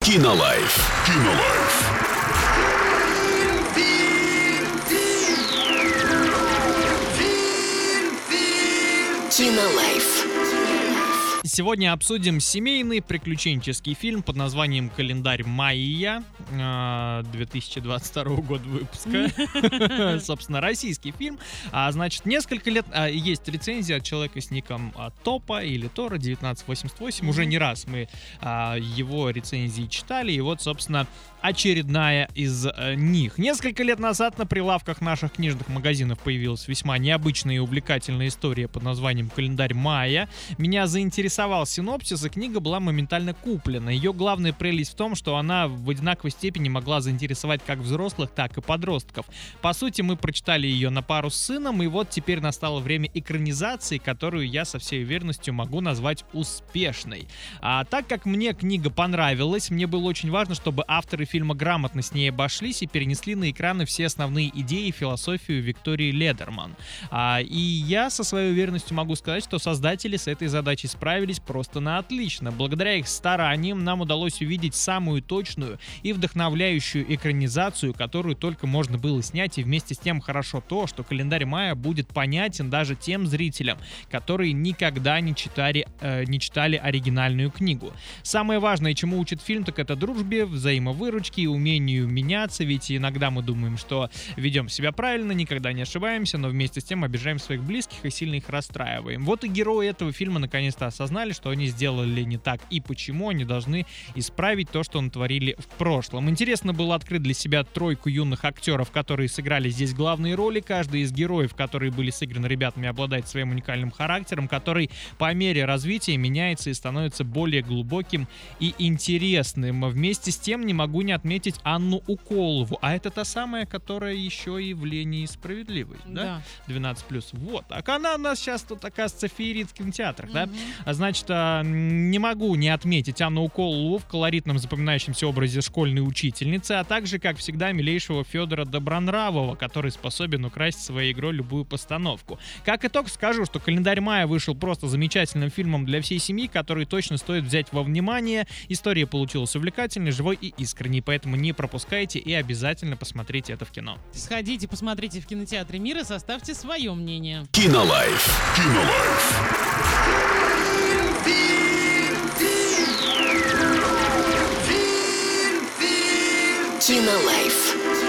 Кинолайф. Кинолайф. Кинолайф. Сегодня обсудим семейный приключенческий фильм под названием «Календарь Майя», 2022 года выпуска. Собственно, российский фильм. Значит, несколько лет... Есть рецензия от человека с ником Топа или Тора 1988. Уже не раз мы его рецензии читали. И вот, собственно, очередная из них. Несколько лет назад на прилавках наших книжных магазинов появилась весьма необычная и увлекательная история под названием «Календарь Майя». Меня заинтересовал синопсис, и книга была моментально куплена. Ее главная прелесть в том, что она в одинаковой степени могла заинтересовать как взрослых, так и подростков. По сути, мы прочитали ее на пару с сыном, и вот теперь настало время экранизации, которую я со всей уверенностью могу назвать успешной. Так как мне книга понравилась, мне было очень важно, чтобы авторы фильма грамотно с ней обошлись и перенесли на экраны все основные идеи и философию Виктории Ледерман. И я со своей уверенностью могу сказать, что создатели с этой задачей справились просто на отлично. Благодаря их стараниям нам удалось увидеть самую точную и вдохновляющую экранизацию, которую только можно было снять, и вместе с тем хорошо то, что «Календарь Майя» будет понятен даже тем зрителям, которые никогда не читали оригинальную книгу. Самое важное, чему учит фильм, так это дружбе, взаимовыручке и умению меняться, ведь иногда мы думаем, что ведем себя правильно, никогда не ошибаемся, но вместе с тем обижаем своих близких и сильно их расстраиваем. Вот и герои этого фильма наконец-то осознали, что они сделали не так и почему они должны исправить то, что натворили в прошлом. Интересно было открыть для себя тройку юных актеров, которые сыграли здесь главные роли. Каждый из героев, которые были сыграны ребятами, обладает своим уникальным характером, который по мере развития меняется и становится более глубоким и интересным. Вместе с тем не могу не отметить Анну Уколову, а это та самая, которая еще и в «Лене и справедливой», да? 12+. Вот. Так она у нас сейчас тут, оказывается, феерит в кинотеатрах, да? Значит, не могу не отметить Анну Уколову в колоритном запоминающемся образе школьной учительницы, а также, как всегда, милейшего Федора Добронравова, который способен украсть своей игрой любую постановку. Как итог скажу, что «Календарь Майя» вышел просто замечательным фильмом для всей семьи, который точно стоит взять во внимание. История получилась увлекательной, живой и искренней, поэтому не пропускайте и обязательно посмотрите это в кино. Сходите, посмотрите в кинотеатре «Мир» и составьте свое мнение. Кинолайф. Кинолайф. Кинолайф.